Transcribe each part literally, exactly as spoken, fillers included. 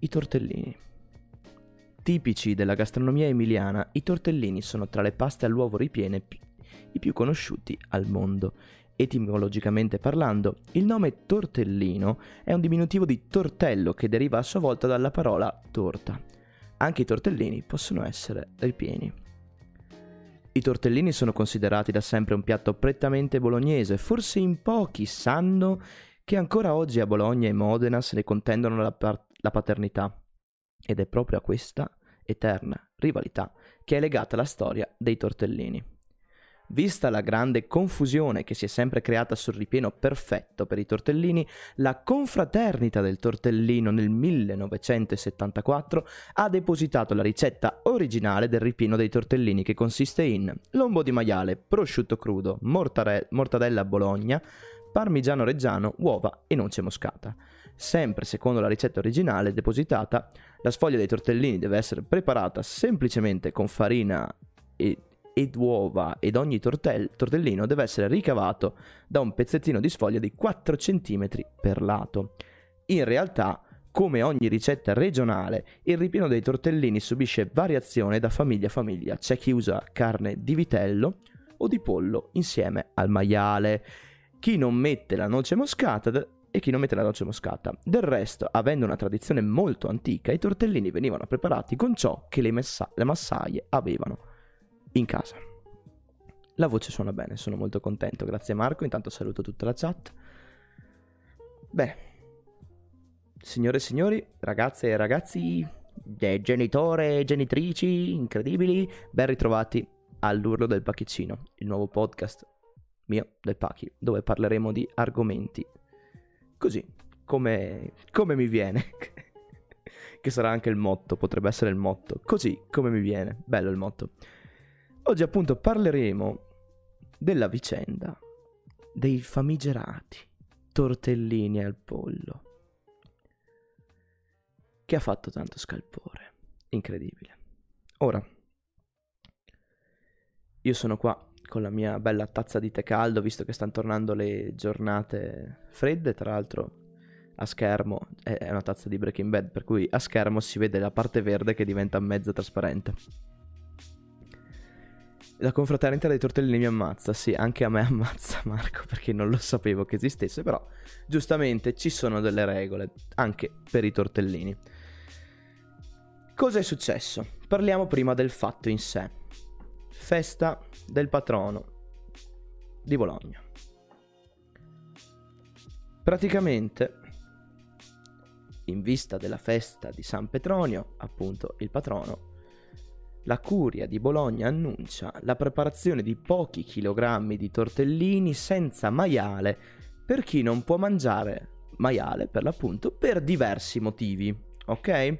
I tortellini. Tipici della gastronomia emiliana, i tortellini sono tra le paste all'uovo ripiene pi- i più conosciuti al mondo. Etimologicamente parlando, il nome tortellino è un diminutivo di tortello che deriva a sua volta dalla parola torta. Anche i tortellini possono essere ripieni. I tortellini sono considerati da sempre un piatto prettamente bolognese, forse in pochi sanno che ancora oggi a Bologna e Modena se ne contendono la, par- la paternità. Ed è proprio a questa eterna rivalità che è legata la storia dei tortellini. Vista la grande confusione che si è sempre creata sul ripieno perfetto per i tortellini, la Confraternita del Tortellino nel millenovecentosettantaquattro ha depositato la ricetta originale del ripieno dei tortellini, che consiste in lombo di maiale, prosciutto crudo, mortare- mortadella Bologna, parmigiano reggiano, uova e noce moscata. Sempre secondo la ricetta originale depositata, la sfoglia dei tortellini deve essere preparata semplicemente con farina e, ed uova, ed ogni tortell- tortellino deve essere ricavato da un pezzettino di sfoglia di quattro centimetri per lato. In realtà, come ogni ricetta regionale, il ripieno dei tortellini subisce variazione da famiglia a famiglia. C'è chi usa carne di vitello o di pollo insieme al maiale, chi non mette la noce moscata e chi non mette la noce moscata. Del resto, avendo una tradizione molto antica, i tortellini venivano preparati con ciò che le, messa- le massaie avevano in casa. La voce suona bene, sono molto contento, grazie Marco, intanto saluto tutta la chat. Bene, signore e signori, ragazze e ragazzi, genitori e genitrici incredibili, ben ritrovati all'Urlo del Pachicino, il nuovo podcast mio del Pachi, dove parleremo di argomenti così, come, come mi viene, che sarà anche il motto, potrebbe essere il motto, così come mi viene, bello il motto. Oggi appunto parleremo della vicenda dei famigerati tortellini al pollo, che ha fatto tanto scalpore, incredibile. Ora, io sono qua con la mia bella tazza di tè caldo, visto che stanno tornando le giornate fredde. Tra l'altro a schermo è una tazza di Breaking Bad, per cui a schermo si vede la parte verde che diventa mezzo trasparente. La confraternita dei tortellini mi ammazza, sì, anche a me ammazza Marco, perché non lo sapevo che esistesse, però giustamente ci sono delle regole anche per i tortellini. Cosa è successo? Parliamo prima del fatto in sé. Festa del patrono di Bologna. Praticamente, in vista della festa di San Petronio, appunto il patrono, la curia di Bologna annuncia la preparazione di pochi chilogrammi di tortellini senza maiale per chi non può mangiare maiale, per l'appunto, per diversi motivi, ok?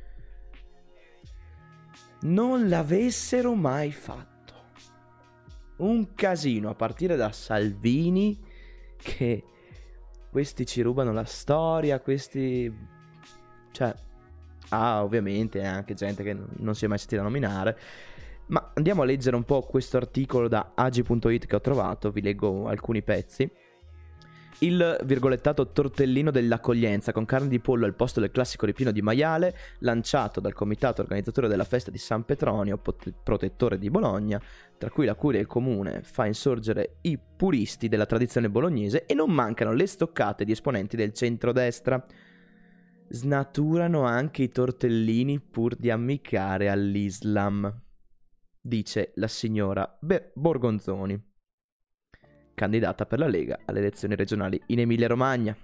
Non l'avessero mai fatto. Un casino, a partire da Salvini, che questi ci rubano la storia, questi... cioè... ah, ovviamente anche gente che non si è mai sentita nominare. Ma andiamo a leggere un po' questo articolo da agi punto it che ho trovato, vi leggo alcuni pezzi. Il virgolettato tortellino dell'accoglienza con carne di pollo al posto del classico ripieno di maiale, lanciato dal comitato organizzatore della festa di San Petronio, pot- protettore di Bologna, tra cui la curia e il comune, fa insorgere i puristi della tradizione bolognese, e non mancano le stoccate di esponenti del centrodestra. Snaturano anche i tortellini pur di ammiccare all'Islam, dice la signora Be- Borgonzoni, candidata per la Lega alle elezioni regionali in Emilia-Romagna.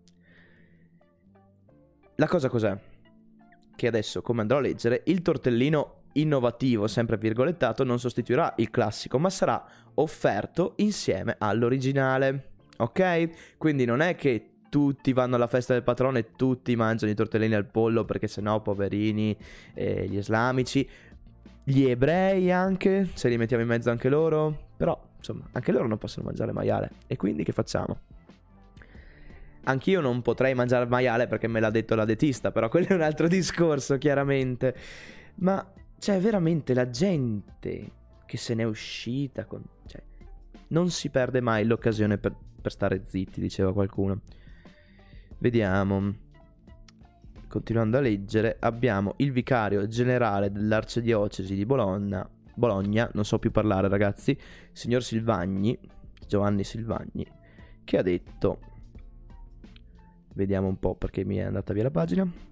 La cosa cos'è? Che adesso, come andrò a leggere, il tortellino innovativo, sempre virgolettato, non sostituirà il classico, ma sarà offerto insieme all'originale, ok? Quindi non è che tutti vanno alla festa del patrono e tutti mangiano i tortellini al pollo, perché sennò poverini, eh, gli islamici, gli ebrei anche, se li mettiamo in mezzo anche loro, però insomma anche loro non possono mangiare maiale, e quindi che facciamo? Anch'io non potrei mangiare maiale perché me l'ha detto la dietista, però quello è un altro discorso chiaramente. Ma cioè veramente la gente che se n'è uscita con... cioè, non si perde mai l'occasione per, per stare zitti, diceva qualcuno. Vediamo. continuando a leggere, abbiamo il vicario generale dell'arcidiocesi di Bologna, Bologna, non so più parlare ragazzi, signor Silvagni, Giovanni Silvagni, che ha detto, vediamo un po' perché mi è andata via la pagina.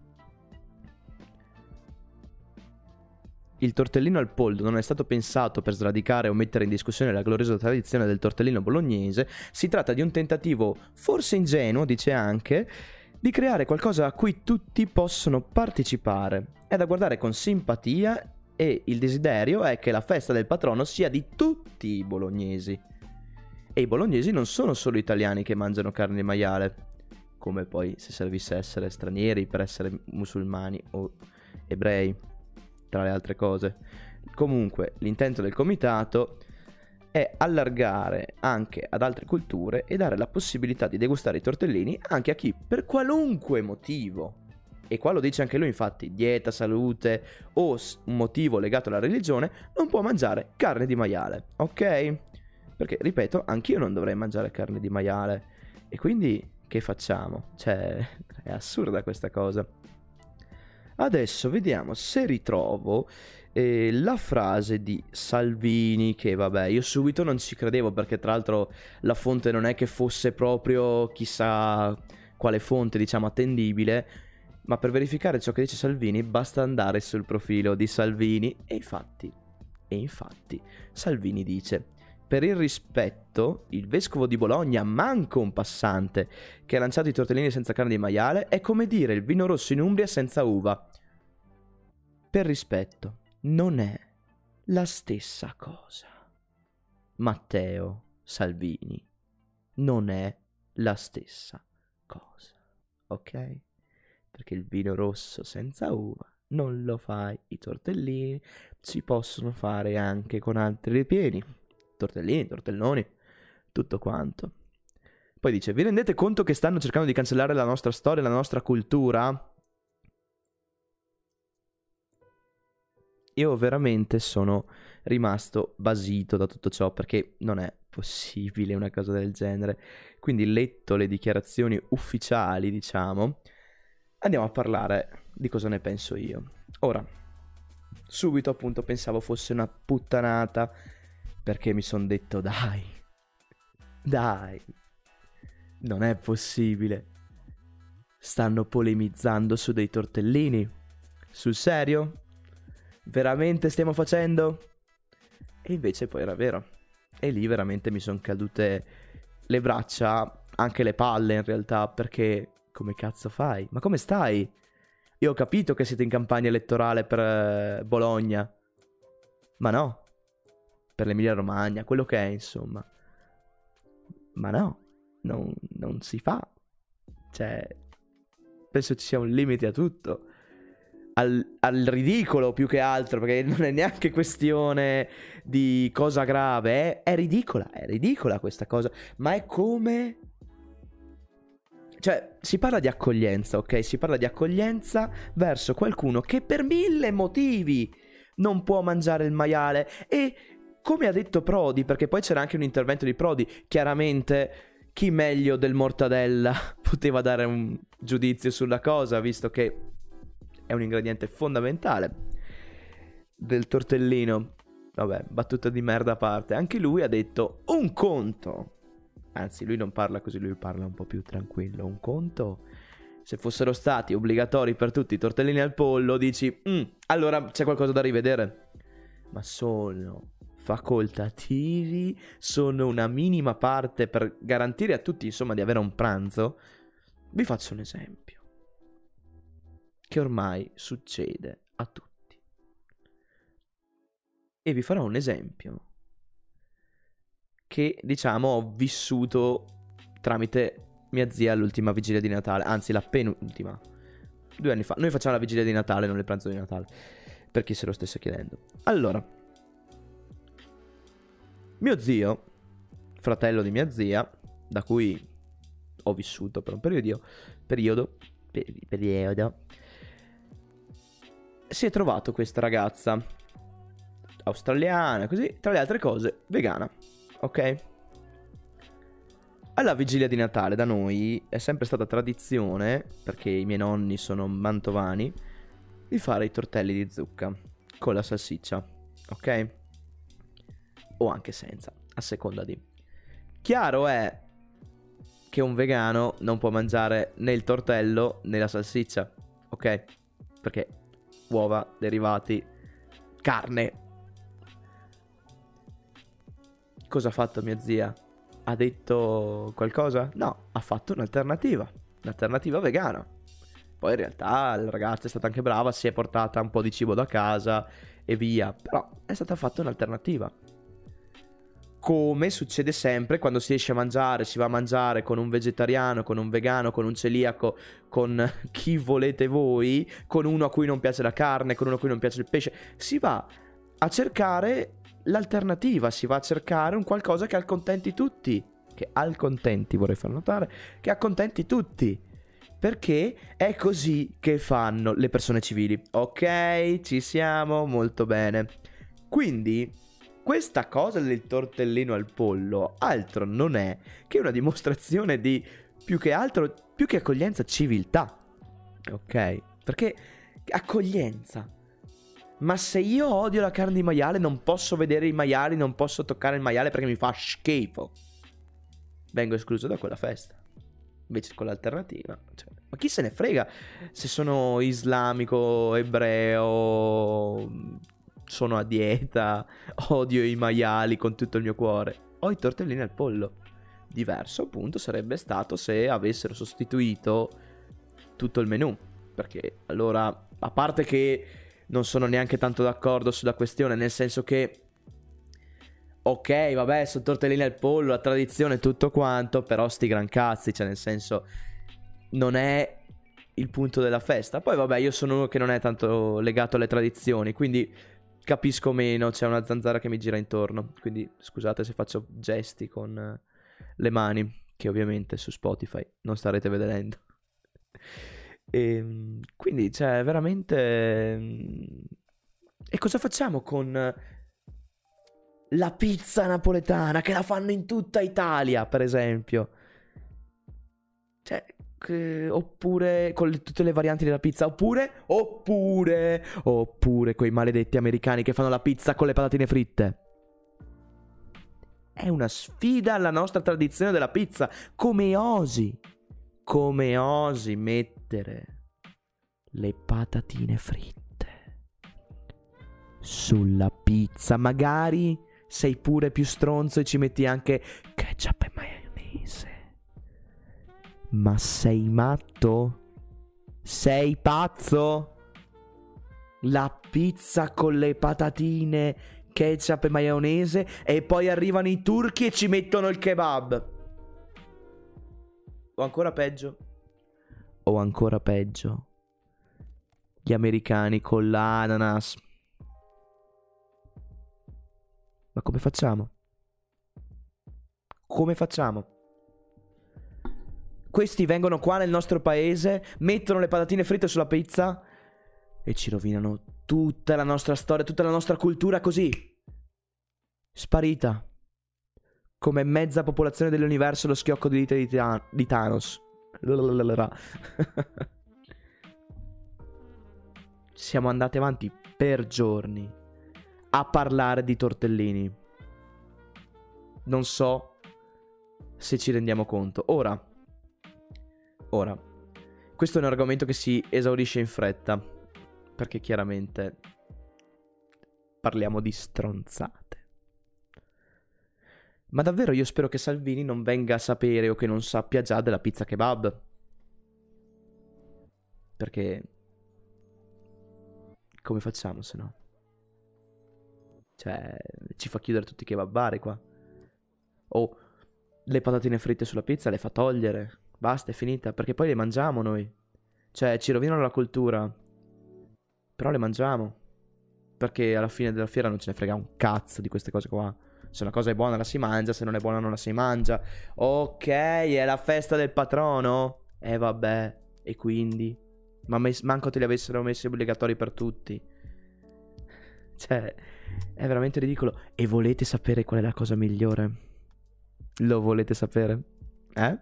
Il tortellino al pollo non è stato pensato per sradicare o mettere in discussione la gloriosa tradizione del tortellino bolognese. Si tratta di un tentativo, forse ingenuo, dice anche, di creare qualcosa a cui tutti possono partecipare. È da guardare con simpatia e il desiderio è che la festa del patrono sia di tutti i bolognesi. E i bolognesi non sono solo italiani che mangiano carne di maiale, come poi se servisse essere stranieri per essere musulmani o ebrei, tra le altre cose. Comunque, l'intento del comitato è allargare anche ad altre culture e dare la possibilità di degustare i tortellini anche a chi, per qualunque motivo, e qua lo dice anche lui infatti, dieta, salute o un motivo legato alla religione, non può mangiare carne di maiale, ok? Perché, ripeto, anch'io non dovrei mangiare carne di maiale. E quindi, che facciamo? Cioè, è assurda questa cosa. Adesso vediamo se ritrovo eh, la frase di Salvini, che vabbè, io subito non ci credevo perché tra l'altro la fonte non è che fosse proprio chissà quale fonte, diciamo, attendibile, ma per verificare ciò che dice Salvini basta andare sul profilo di Salvini e infatti, e infatti Salvini dice: per il rispetto, il vescovo di Bologna, manco un passante, che ha lanciato i tortellini senza carne di maiale, è come dire il vino rosso in Umbria senza uva. Per rispetto, non è la stessa cosa. Matteo Salvini, non è la stessa cosa, ok? Perché il vino rosso senza uva non lo fai, i tortellini si possono fare anche con altri ripieni. Tortellini, tortelloni, tutto quanto. Poi dice: vi rendete conto che stanno cercando di cancellare la nostra storia, la nostra cultura? Io veramente sono rimasto basito da tutto ciò, perché non è possibile una cosa del genere. Quindi, letto le dichiarazioni ufficiali, diciamo, andiamo a parlare di cosa ne penso io. Ora, subito appunto pensavo fosse una puttanata, perché mi son detto dai, dai, non è possibile. Stanno polemizzando su dei tortellini? Sul serio? Veramente stiamo facendo? E invece poi era vero. E lì veramente mi son cadute le braccia, anche le palle in realtà, perché come cazzo fai? Ma come stai? Io ho capito che siete in campagna elettorale per eh, Bologna, ma no. Per l'Emilia Romagna, quello che è, insomma. Ma no, non, non si fa. Cioè, penso ci sia un limite a tutto. Al, al ridicolo più che altro, perché non è neanche questione di cosa grave, è, è ridicola, è ridicola questa cosa. Ma è come... Cioè, si parla di accoglienza, ok? Si parla di accoglienza verso qualcuno che per mille motivi non può mangiare il maiale. E... come ha detto Prodi, perché poi c'era anche un intervento di Prodi, chiaramente chi meglio del Mortadella poteva dare un giudizio sulla cosa, visto che è un ingrediente fondamentale del tortellino. Vabbè, battuta di merda a parte. Anche lui ha detto un conto. Anzi, lui non parla così, lui parla un po' più tranquillo. Un conto, se fossero stati obbligatori per tutti i tortellini al pollo, dici, mm, allora c'è qualcosa da rivedere. Ma sono facoltativi, sono una minima parte per garantire a tutti, insomma, di avere un pranzo. Vi faccio un esempio che ormai succede a tutti, e vi farò un esempio che, diciamo, ho vissuto tramite mia zia all'ultima vigilia di Natale, anzi la penultima, due anni fa. Noi facciamo la vigilia di Natale, non il pranzo di Natale, per chi se lo stesse chiedendo. Allora, mio zio, fratello di mia zia, da cui ho vissuto per un periodo, periodo, peri- periodo, si è trovato questa ragazza australiana, così, tra le altre cose, vegana, ok? Alla vigilia di Natale da noi è sempre stata tradizione, perché i miei nonni sono mantovani, di fare i tortelli di zucca con la salsiccia, ok? O anche senza, a seconda di. Chiaro è che un vegano non può mangiare né il tortello né la salsiccia, ok? Perché uova, derivati, carne. Cosa ha fatto mia zia? Ha detto qualcosa? No, ha fatto un'alternativa, un'alternativa vegana. Poi in realtà la ragazza è stata anche brava, si è portata un po' di cibo da casa e via, però è stata fatta un'alternativa. Come succede sempre quando si esce a mangiare, si va a mangiare con un vegetariano, con un vegano, con un celiaco, con chi volete voi, con uno a cui non piace la carne, con uno a cui non piace il pesce, si va a cercare l'alternativa, si va a cercare un qualcosa che accontenti tutti, che accontenti, vorrei far notare, che accontenti tutti, perché è così che fanno le persone civili. Ok, ci siamo, molto bene. Quindi questa cosa del tortellino al pollo altro non è che una dimostrazione di più che altro, più che accoglienza, civiltà. Ok? Perché accoglienza. Ma se io odio la carne di maiale, non posso vedere i maiali, non posso toccare il maiale perché mi fa schifo, vengo escluso da quella festa. Invece con l'alternativa, cioè, ma chi se ne frega se sono islamico, ebreo, sono a dieta, odio i maiali con tutto il mio cuore. Ho i tortellini al pollo. Diverso appunto sarebbe stato se avessero sostituito tutto il menù, perché allora, a parte che non sono neanche tanto d'accordo sulla questione, nel senso che ok, vabbè, sono tortellini al pollo, la tradizione, tutto quanto, però sti gran cazzi, cioè nel senso non è il punto della festa. Poi vabbè, io sono uno che non è tanto legato alle tradizioni, quindi capisco meno, c'è una zanzara che mi gira intorno, quindi scusate se faccio gesti con le mani, che ovviamente su Spotify non starete vedendo. E quindi, cioè, veramente. E cosa facciamo con la pizza napoletana che la fanno in tutta Italia, per esempio? Cioè, che, oppure con le, tutte le varianti della pizza, oppure, oppure, oppure quei maledetti americani che fanno la pizza con le patatine fritte. È una sfida alla nostra tradizione della pizza. Come osi, come osi mettere le patatine fritte sulla pizza? Magari sei pure più stronzo e ci metti anche ketchup e maionese. Ma sei matto? Sei pazzo? La pizza con le patatine, ketchup e maionese, e poi arrivano i turchi e ci mettono il kebab. O ancora peggio, o ancora peggio, gli americani con l'ananas. Ma come facciamo? Come facciamo? Questi vengono qua nel nostro paese, mettono le patatine fritte sulla pizza e ci rovinano tutta la nostra storia, tutta la nostra cultura così. Sparita. Come mezza popolazione dell'universo lo schiocco di dita di, Tha- di Thanos. Siamo andati avanti per giorni a parlare di tortellini. Non so se ci rendiamo conto. Ora, ora, questo è un argomento che si esaurisce in fretta, perché chiaramente parliamo di stronzate. Ma davvero io spero che Salvini non venga a sapere o che non sappia già della pizza kebab. Perché come facciamo se no? Cioè, ci fa chiudere tutti i kebabari qua. O le patatine fritte sulla pizza le fa togliere. Basta, è finita. Perché poi le mangiamo noi. Cioè, ci rovinano la cultura. Però le mangiamo. Perché alla fine della fiera non ce ne frega un cazzo di queste cose qua. Se una cosa è buona la si mangia, se non è buona non la si mangia. Ok, è la festa del patrono? Eh vabbè, e quindi? Ma mes- manco te li avessero messi obbligatori per tutti. Cioè, è veramente ridicolo. E volete sapere qual è la cosa migliore? Lo volete sapere? Eh?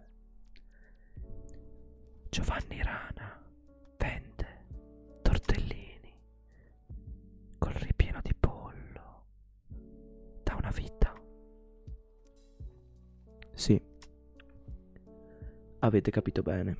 Giovanni Rana vende tortellini col ripieno di pollo da una vita. Sì, avete capito bene.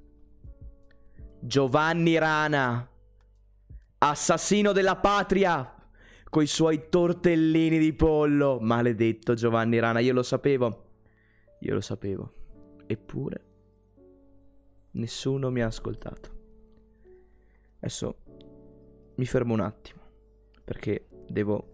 Giovanni Rana, assassino della patria, coi suoi tortellini di pollo. Maledetto Giovanni Rana, io lo sapevo. Io lo sapevo. Eppure nessuno mi ha ascoltato. Adesso mi fermo un attimo, perché devo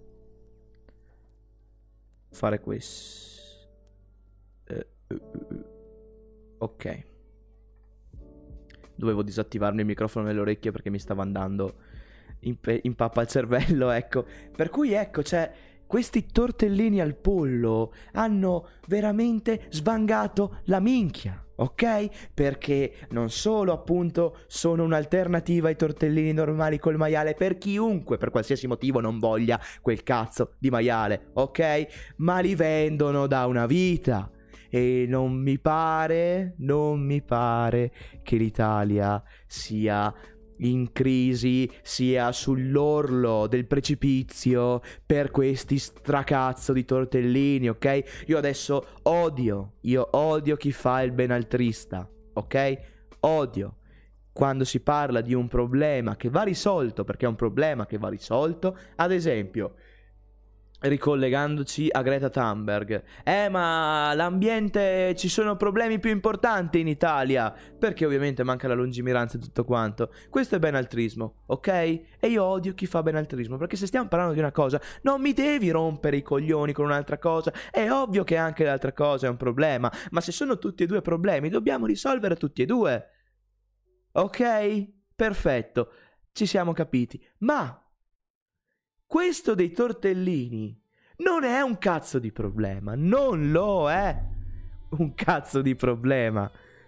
fare questo. Eh, uh, uh, uh. Ok. Dovevo disattivarmi il microfono nelle orecchie perché mi stava andando in, pe- in pappa al cervello, ecco. Per cui ecco, cioè, questi tortellini al pollo hanno veramente svangato la minchia, ok? Perché non solo appunto sono un'alternativa ai tortellini normali col maiale per chiunque, per qualsiasi motivo non voglia quel cazzo di maiale, ok? Ma li vendono da una vita. E non mi pare, non mi pare che l'Italia sia in crisi, sia sull'orlo del precipizio per questi stracazzo di tortellini, ok? Io adesso odio, io odio chi fa il benaltrista, ok? Odio quando si parla di un problema che va risolto, perché è un problema che va risolto, ad esempio, ricollegandoci a Greta Thunberg. Eh, ma l'ambiente, ci sono problemi più importanti in Italia, perché ovviamente manca la lungimiranza e tutto quanto. Questo è benaltrismo, ok? E io odio chi fa benaltrismo, perché se stiamo parlando di una cosa non mi devi rompere i coglioni con un'altra cosa. È ovvio che anche l'altra cosa è un problema, ma se sono tutti e due problemi dobbiamo risolvere tutti e due, ok? Perfetto, ci siamo capiti. Ma questo dei tortellini non è un cazzo di problema. Non lo è un cazzo di problema.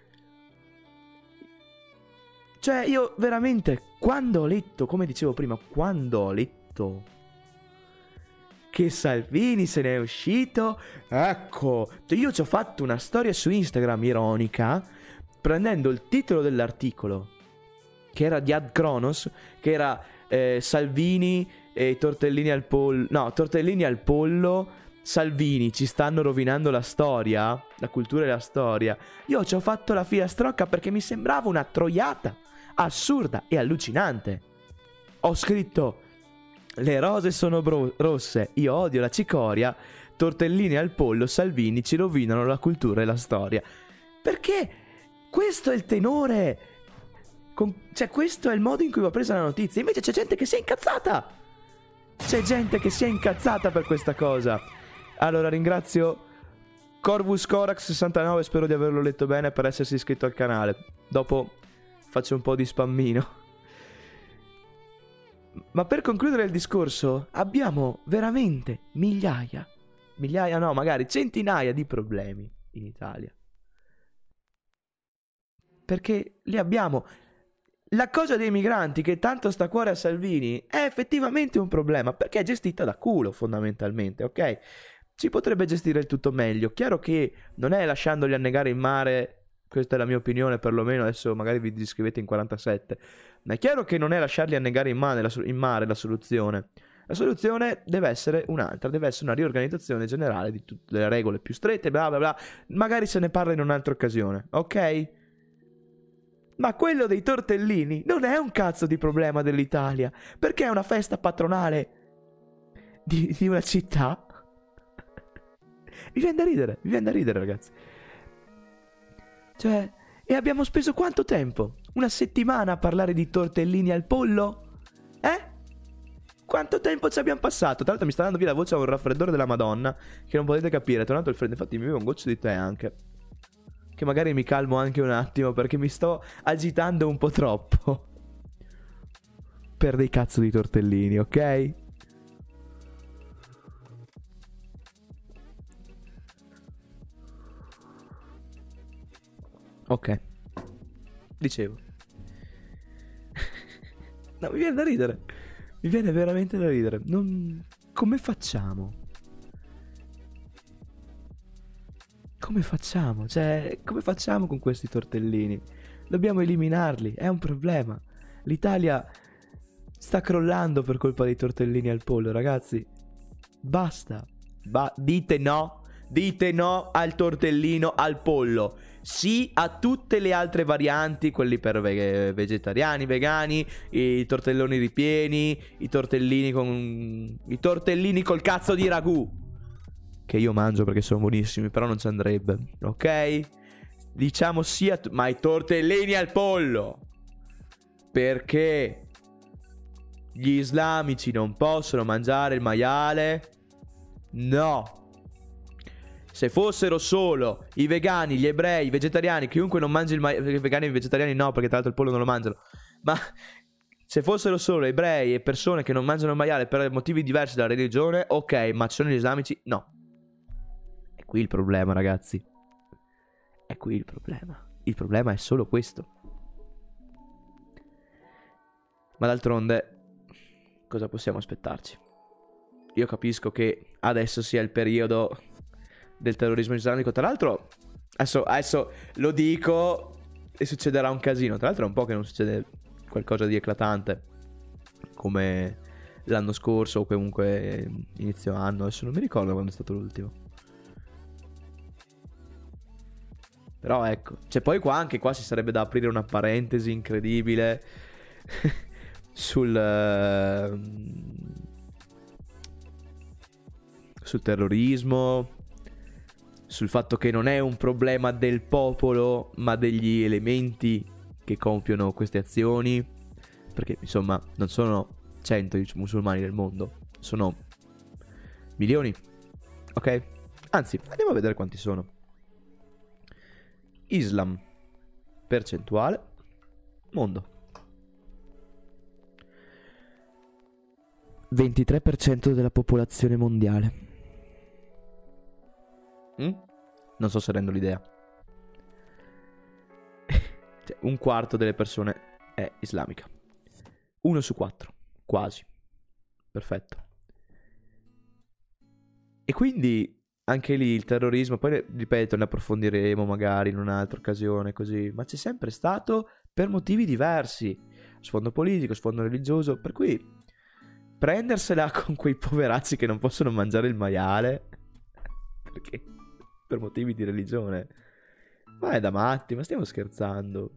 Cioè, io veramente, quando ho letto, come dicevo prima, quando ho letto che Salvini se ne è uscito, ecco, io ci ho fatto una storia su Instagram ironica, prendendo il titolo dell'articolo, che era di Ad Kronos, che era eh, Salvini e tortellini al pollo. No, tortellini al pollo. Salvini, ci stanno rovinando la storia, la cultura e la storia. Io ci ho fatto la filastrocca perché mi sembrava una troiata assurda e allucinante. Ho scritto: le rose sono bro- rosse, io odio la cicoria, tortellini al pollo, Salvini ci rovinano la cultura e la storia. Perché questo è il tenore. Con... Cioè, questo è il modo in cui va presa la notizia. Invece c'è gente che si è incazzata. C'è gente che si è incazzata per questa cosa. Allora ringrazio Corvus Corax sessantanove, spero di averlo letto bene, per essersi iscritto al canale. Dopo faccio un po' di spammino. Ma per concludere il discorso, abbiamo veramente migliaia, migliaia no, magari centinaia di problemi in Italia. Perché li abbiamo. La cosa dei migranti, che tanto sta a cuore a Salvini, è effettivamente un problema, perché è gestita da culo fondamentalmente, ok? Si potrebbe gestire il tutto meglio. Chiaro che non è lasciandoli annegare in mare, questa è la mia opinione perlomeno, adesso magari vi iscrivete in quarantasette, ma è chiaro che non è lasciarli annegare in mare la, in mare la soluzione. La soluzione deve essere un'altra, deve essere una riorganizzazione generale di tutte le regole più strette, bla bla bla, magari se ne parla in un'altra occasione, ok? Ma quello dei tortellini non è un cazzo di problema dell'Italia, perché è una festa patronale di, di una città. Mi viene da ridere, mi viene da ridere, ragazzi. Cioè, e abbiamo speso quanto tempo? Una settimana a parlare di tortellini al pollo? Eh? Quanto tempo ci abbiamo passato? Tra l'altro mi sta dando via la voce a un raffreddore della Madonna, che non potete capire, è tornato il freddo, infatti mi bevo un goccio di tè anche. Che magari mi calmo anche un attimo, perché mi sto agitando un po' troppo. Per dei cazzo di tortellini, ok? Ok. Dicevo. No, mi viene da ridere. Mi viene veramente da ridere. Non... Come facciamo come facciamo? Cioè, come facciamo con questi tortellini? Dobbiamo eliminarli, è un problema. L'Italia sta crollando per colpa dei tortellini al pollo, ragazzi. Basta. Ba- dite no. Dite no al tortellino al pollo. Sì a tutte le altre varianti, quelli per ve- vegetariani, vegani, i tortelloni ripieni, i tortellini con i tortellini col cazzo di ragù, che io mangio perché sono buonissimi, però non ci andrebbe, ok? Diciamo sì a tu- ma i tortellini al pollo, perché gli islamici non possono mangiare il maiale? No. Se fossero solo i vegani, gli ebrei, i vegetariani, chiunque non mangi il maiale, vegani e vegetariani no, perché tra l'altro il pollo non lo mangiano, ma se fossero solo ebrei e persone che non mangiano il maiale per motivi diversi dalla religione, ok, ma ci sono gli islamici? No. È qui il problema, ragazzi. È qui il problema. Il problema è solo questo. Ma d'altronde, cosa possiamo aspettarci? Io capisco che adesso sia il periodo del terrorismo islamico. Tra l'altro, adesso, adesso lo dico e succederà un casino. Tra l'altro è un po' che non succede qualcosa di eclatante come l'anno scorso o comunque inizio anno. Adesso non mi ricordo quando è stato l'ultimo. Però ecco, cioè poi qua anche qua si sarebbe da aprire una parentesi incredibile sul uh, sul terrorismo, sul fatto che non è un problema del popolo, ma degli elementi che compiono queste azioni. Perché, insomma, non sono cento i musulmani del mondo, sono milioni, ok? Anzi, andiamo a vedere quanti sono. Islam, percentuale, mondo. ventitré per cento della popolazione mondiale. Mm? Non so se rendo l'idea. Cioè, un quarto delle persone è islamica. Uno su quattro, quasi. Perfetto. E quindi anche lì il terrorismo, poi ripeto, ne approfondiremo magari in un'altra occasione così, ma c'è sempre stato per motivi diversi, sfondo politico, sfondo religioso, per cui prendersela con quei poveracci che non possono mangiare il maiale perché per motivi di religione, ma è da matti, ma stiamo scherzando.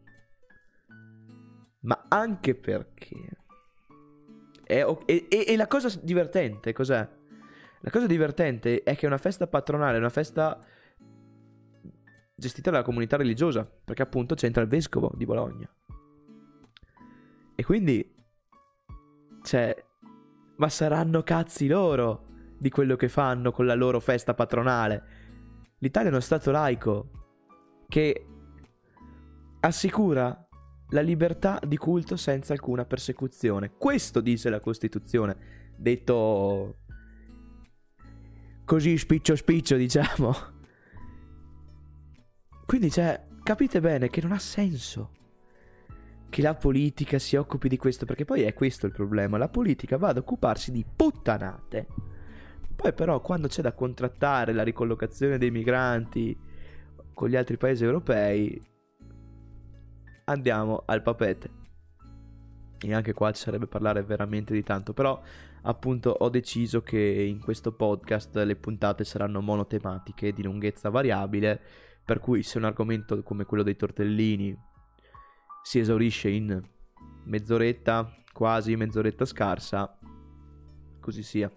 Ma anche perché e, e, e la cosa divertente cos'è? La cosa divertente è che è una festa patronale, è una festa gestita dalla comunità religiosa, perché appunto c'entra il vescovo di Bologna. E quindi, cioè, ma saranno cazzi loro di quello che fanno con la loro festa patronale. L'Italia è uno stato laico che assicura la libertà di culto senza alcuna persecuzione. Questo dice la Costituzione, detto così spiccio spiccio, diciamo. Quindi, cioè, capite bene che non ha senso che la politica si occupi di questo, perché poi è questo il problema. La politica va ad occuparsi di puttanate, poi però quando c'è da contrattare la ricollocazione dei migranti con gli altri paesi europei andiamo al papete. E anche qua ci sarebbe parlare veramente di tanto, però appunto ho deciso che in questo podcast le puntate saranno monotematiche di lunghezza variabile, per cui se un argomento come quello dei tortellini si esaurisce in mezz'oretta, quasi mezz'oretta scarsa, così sia.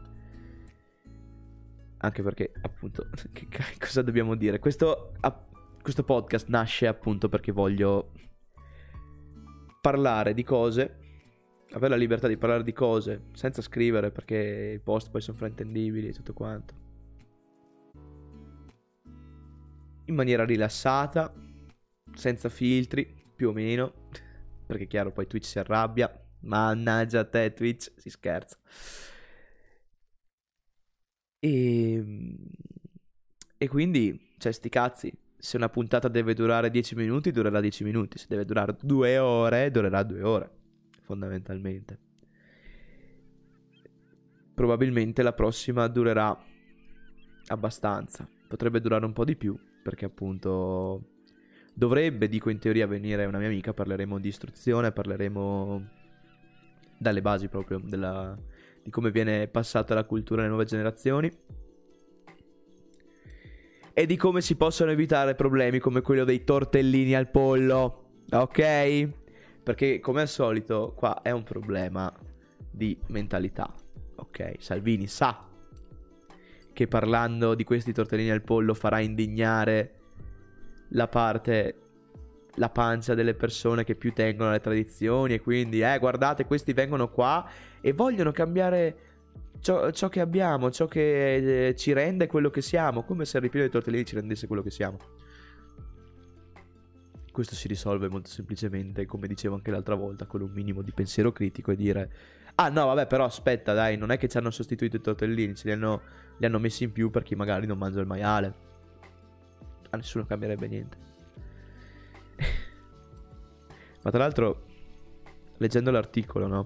Anche perché appunto che cosa dobbiamo dire? Questo, questo podcast nasce appunto perché voglio parlare di cose, avere la libertà di parlare di cose senza scrivere, perché i post poi sono fraintendibili e tutto quanto, in maniera rilassata, senza filtri, più o meno, perché chiaro poi Twitch si arrabbia. Mannaggia te Twitch, si scherza. E, e quindi, cioè, sti cazzi, se una puntata deve durare dieci minuti, durerà dieci minuti. Se deve durare due ore, durerà due ore, fondamentalmente. Probabilmente la prossima durerà abbastanza, potrebbe durare un po' di più, perché appunto dovrebbe, dico in teoria, venire una mia amica, parleremo di istruzione, parleremo dalle basi proprio della, di come viene passata la cultura alle nuove generazioni e di come si possono evitare problemi come quello dei tortellini al pollo, ok? Perché come al solito qua è un problema di mentalità, ok? Salvini sa che parlando di questi tortellini al pollo farà indignare la parte, la pancia delle persone che più tengono alle tradizioni, e quindi, eh, guardate, questi vengono qua e vogliono cambiare ciò, ciò che abbiamo, ciò che eh, ci rende quello che siamo, come se il ripieno dei tortellini ci rendesse quello che siamo. Questo si risolve molto semplicemente, come dicevo anche l'altra volta, con un minimo di pensiero critico e dire: ah no, vabbè, però aspetta, dai, non è che ci hanno sostituito i tortellini, ce li hanno, li hanno messi in più per chi magari non mangia il maiale. A nessuno cambierebbe niente. Ma tra l'altro, leggendo l'articolo, no?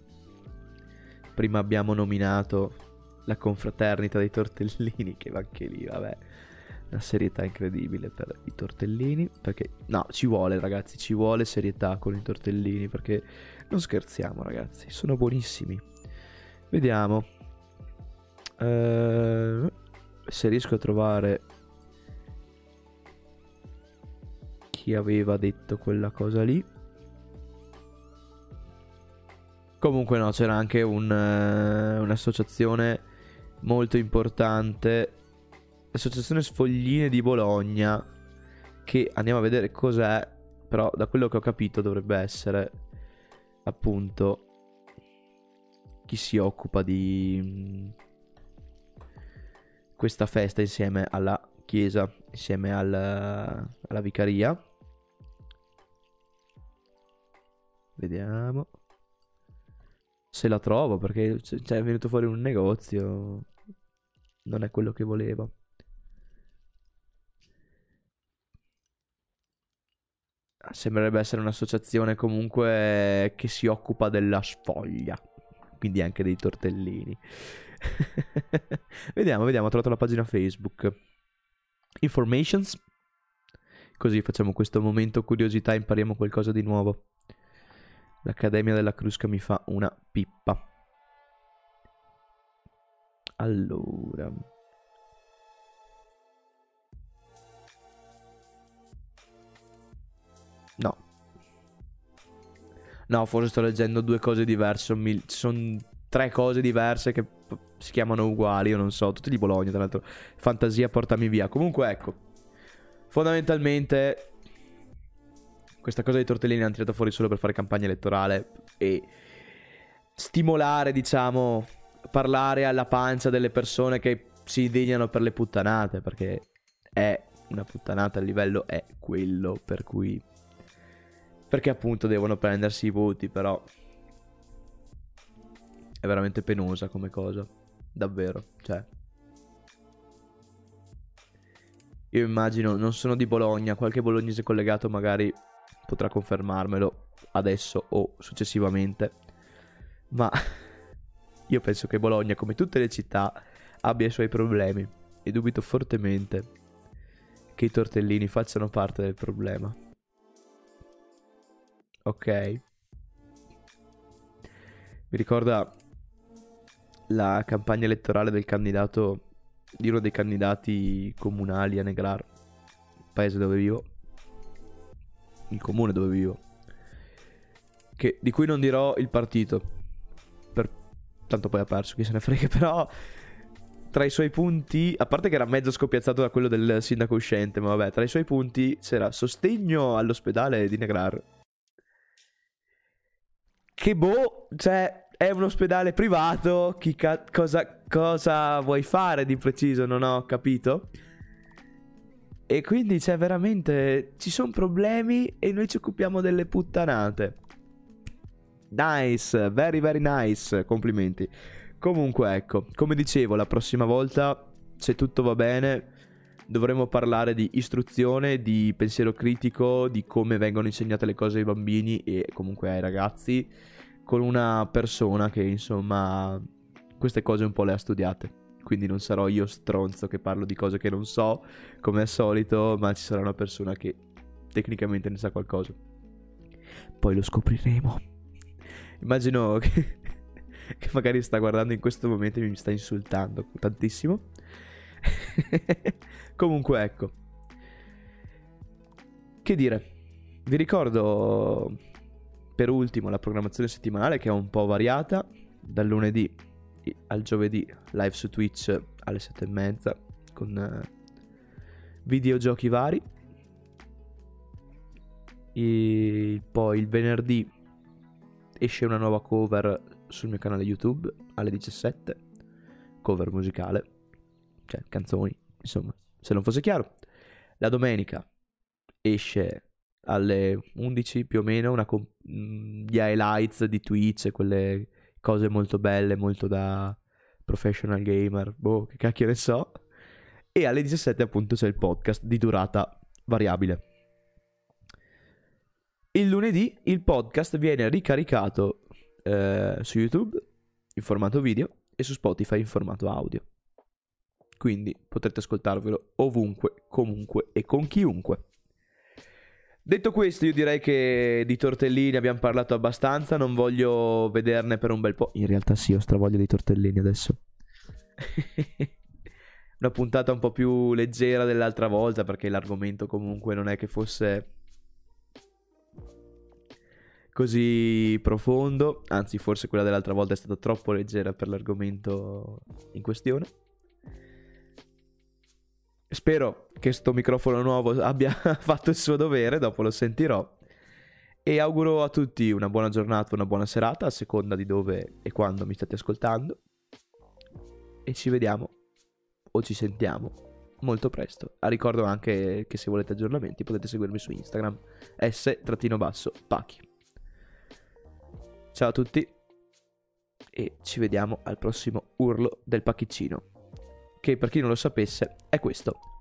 Prima abbiamo nominato la confraternita dei tortellini, che va anche lì, vabbè. Una serietà incredibile per i tortellini, perché no, ci vuole, ragazzi, ci vuole serietà con i tortellini, perché non scherziamo, ragazzi, sono buonissimi. Vediamo uh, se riesco a trovare chi aveva detto quella cosa lì. Comunque no, c'era anche un, uh, un'associazione molto importante, l'Associazione Sfogline di Bologna, che andiamo a vedere cos'è, però da quello che ho capito dovrebbe essere appunto chi si occupa di questa festa insieme alla chiesa, insieme al, alla vicaria. Vediamo se la trovo, perché cioè, è venuto fuori un negozio, non è quello che volevo. Sembrerebbe essere un'associazione comunque che si occupa della sfoglia, quindi anche dei tortellini. Vediamo, vediamo, ho trovato la pagina Facebook. Informations. Così facciamo questo momento curiosità e impariamo qualcosa di nuovo. L'Accademia della Crusca mi fa una pippa. Allora, no. No, forse sto leggendo due cose diverse. Ci sono tre cose diverse che si chiamano uguali, io non so. Tutti di Bologna, tra l'altro. Fantasia, portami via. Comunque, ecco. Fondamentalmente, questa cosa dei tortellini hanno tirato fuori solo per fare campagna elettorale e stimolare, diciamo, parlare alla pancia delle persone che si indignano per le puttanate, perché è una puttanata, il livello è quello, per cui... Perché appunto devono prendersi i voti, però è veramente penosa come cosa, davvero, cioè. Io immagino, non sono di Bologna, qualche bolognese collegato magari potrà confermarmelo adesso o successivamente, ma io penso che Bologna, come tutte le città, abbia i suoi problemi e dubito fortemente che i tortellini facciano parte del problema. Ok. Mi ricorda la campagna elettorale del candidato, di uno dei candidati comunali a Negrar, paese dove vivo, il comune dove vivo, che, di cui non dirò il partito, per, tanto poi ha perso, chi se ne frega, però tra i suoi punti, a parte che era mezzo scoppiazzato da quello del sindaco uscente, ma vabbè, tra i suoi punti c'era sostegno all'ospedale di Negrar. Che boh, cioè, è un ospedale privato, chi ca- cosa, cosa vuoi fare di preciso, non ho capito. E quindi, cioè, veramente, ci sono problemi e noi ci occupiamo delle puttanate. Nice, very very nice, complimenti. Comunque, ecco, come dicevo, la prossima volta, se tutto va bene, dovremo parlare di istruzione, di pensiero critico, di come vengono insegnate le cose ai bambini e comunque ai ragazzi, con una persona che insomma queste cose un po' le ha studiate. quindi non sarò io stronzo che parlo di cose che non so, come al solito, ma ci sarà una persona che tecnicamente ne sa qualcosa. Poi lo scopriremo. Immagino che, che magari sta guardando in questo momento e mi sta insultando tantissimo. Comunque, ecco. Che dire? Vi ricordo per ultimo la programmazione settimanale, che è un po' variata. Dal lunedì al giovedì live su Twitch alle sette e mezza con uh, videogiochi vari. E poi il venerdì esce una nuova cover sul mio canale YouTube alle diciassette, cover musicale, cioè canzoni, insomma, se non fosse chiaro. La domenica esce alle undici più o meno una comp- gli highlights di Twitch, quelle cose molto belle, molto da professional gamer, boh, che cacchio ne so. E alle diciassette appunto c'è il podcast di durata variabile. Il lunedì il podcast viene ricaricato eh, su YouTube in formato video e su Spotify in formato audio. Quindi potrete ascoltarvelo ovunque, comunque e con chiunque. Detto questo, io direi che di tortellini abbiamo parlato abbastanza, non voglio vederne per un bel po'. In realtà sì, ho stravoglia di tortellini adesso. Una puntata un po' più leggera dell'altra volta, perché l'argomento comunque non è che fosse così profondo. Anzi, forse quella dell'altra volta è stata troppo leggera per l'argomento in questione. Spero che sto microfono nuovo abbia fatto il suo dovere, dopo lo sentirò. E auguro a tutti una buona giornata, una buona serata, a seconda di dove e quando mi state ascoltando. E ci vediamo, o ci sentiamo, molto presto. Ah, ricordo anche che se volete aggiornamenti potete seguirmi su Instagram, s-pachi. Ciao a tutti e ci vediamo al prossimo urlo del pacchicino, che per chi non lo sapesse è questo.